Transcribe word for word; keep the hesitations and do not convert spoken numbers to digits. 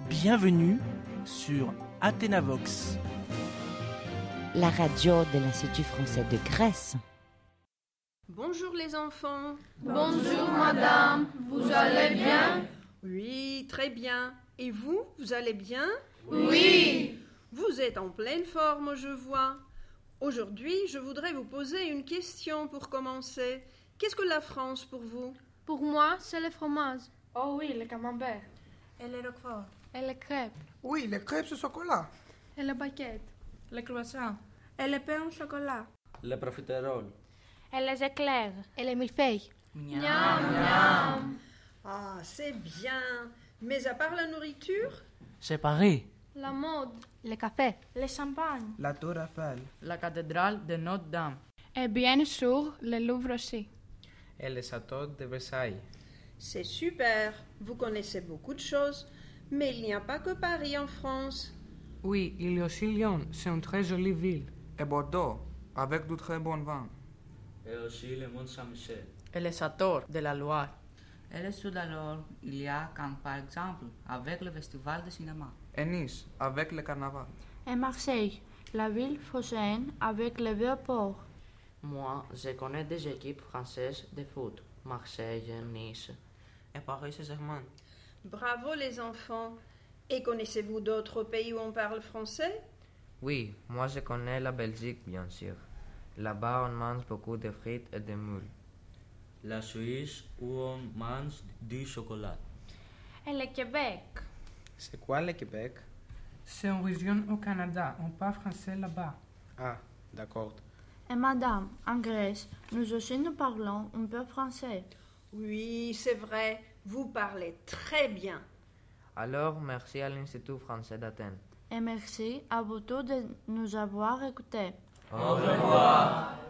Bienvenue sur Athénavox, la radio de l'Institut français de Grèce. Bonjour les enfants. Bonjour madame, vous allez bien? Oui, très bien. Et vous, vous allez bien? Oui. Vous êtes en pleine forme, je vois. Aujourd'hui, je voudrais vous poser une question pour commencer. Qu'est-ce que la France pour vous? Pour moi, c'est le fromage. Oh oui, le camembert. Et le roquefort. Et les crêpes. Oui, les crêpes au chocolat. Et les baguettes. Les croissants. Et le pain au chocolat. Les profiteroles. Et les éclairs. Et les millefeuilles. Miam, miam. Ah, c'est bien. Mais à part la nourriture? C'est pareil. La mode. Le café. Le champagne. La Tour Eiffel. La cathédrale de Notre-Dame. Et bien sûr, le Louvre aussi. Et le château de Versailles. C'est super. Vous connaissez beaucoup de choses. Mais il n'y a pas que Paris en France. Oui, il y a aussi Lyon. C'est une très jolie ville. Et Bordeaux, avec du très bon vin. Et aussi le Mont Saint-Michel. Et le château de la Loire. Et le sud alors, il y a Cannes par exemple, avec le festival de cinéma. Et Nice, avec le carnaval. Et Marseille, la ville phocéenne avec le vieux port. Moi, je connais des équipes françaises de foot. Marseille, Nice. Et Paris Saint-Germain. Bravo les enfants. Et connaissez-vous d'autres pays où on parle français? Oui, moi je connais la Belgique, bien sûr. Là-bas, on mange beaucoup de frites et de moules. La Suisse, où on mange du chocolat. Et le Québec. C'est quoi le Québec? C'est une région au Canada. On parle français là-bas. Ah, d'accord. Et madame, en Grèce, nous aussi nous parlons un peu français. Oui, c'est vrai. Vous parlez très bien. Alors, merci à l'Institut français d'Athènes. Et merci à vous tous de nous avoir écoutés. Au revoir.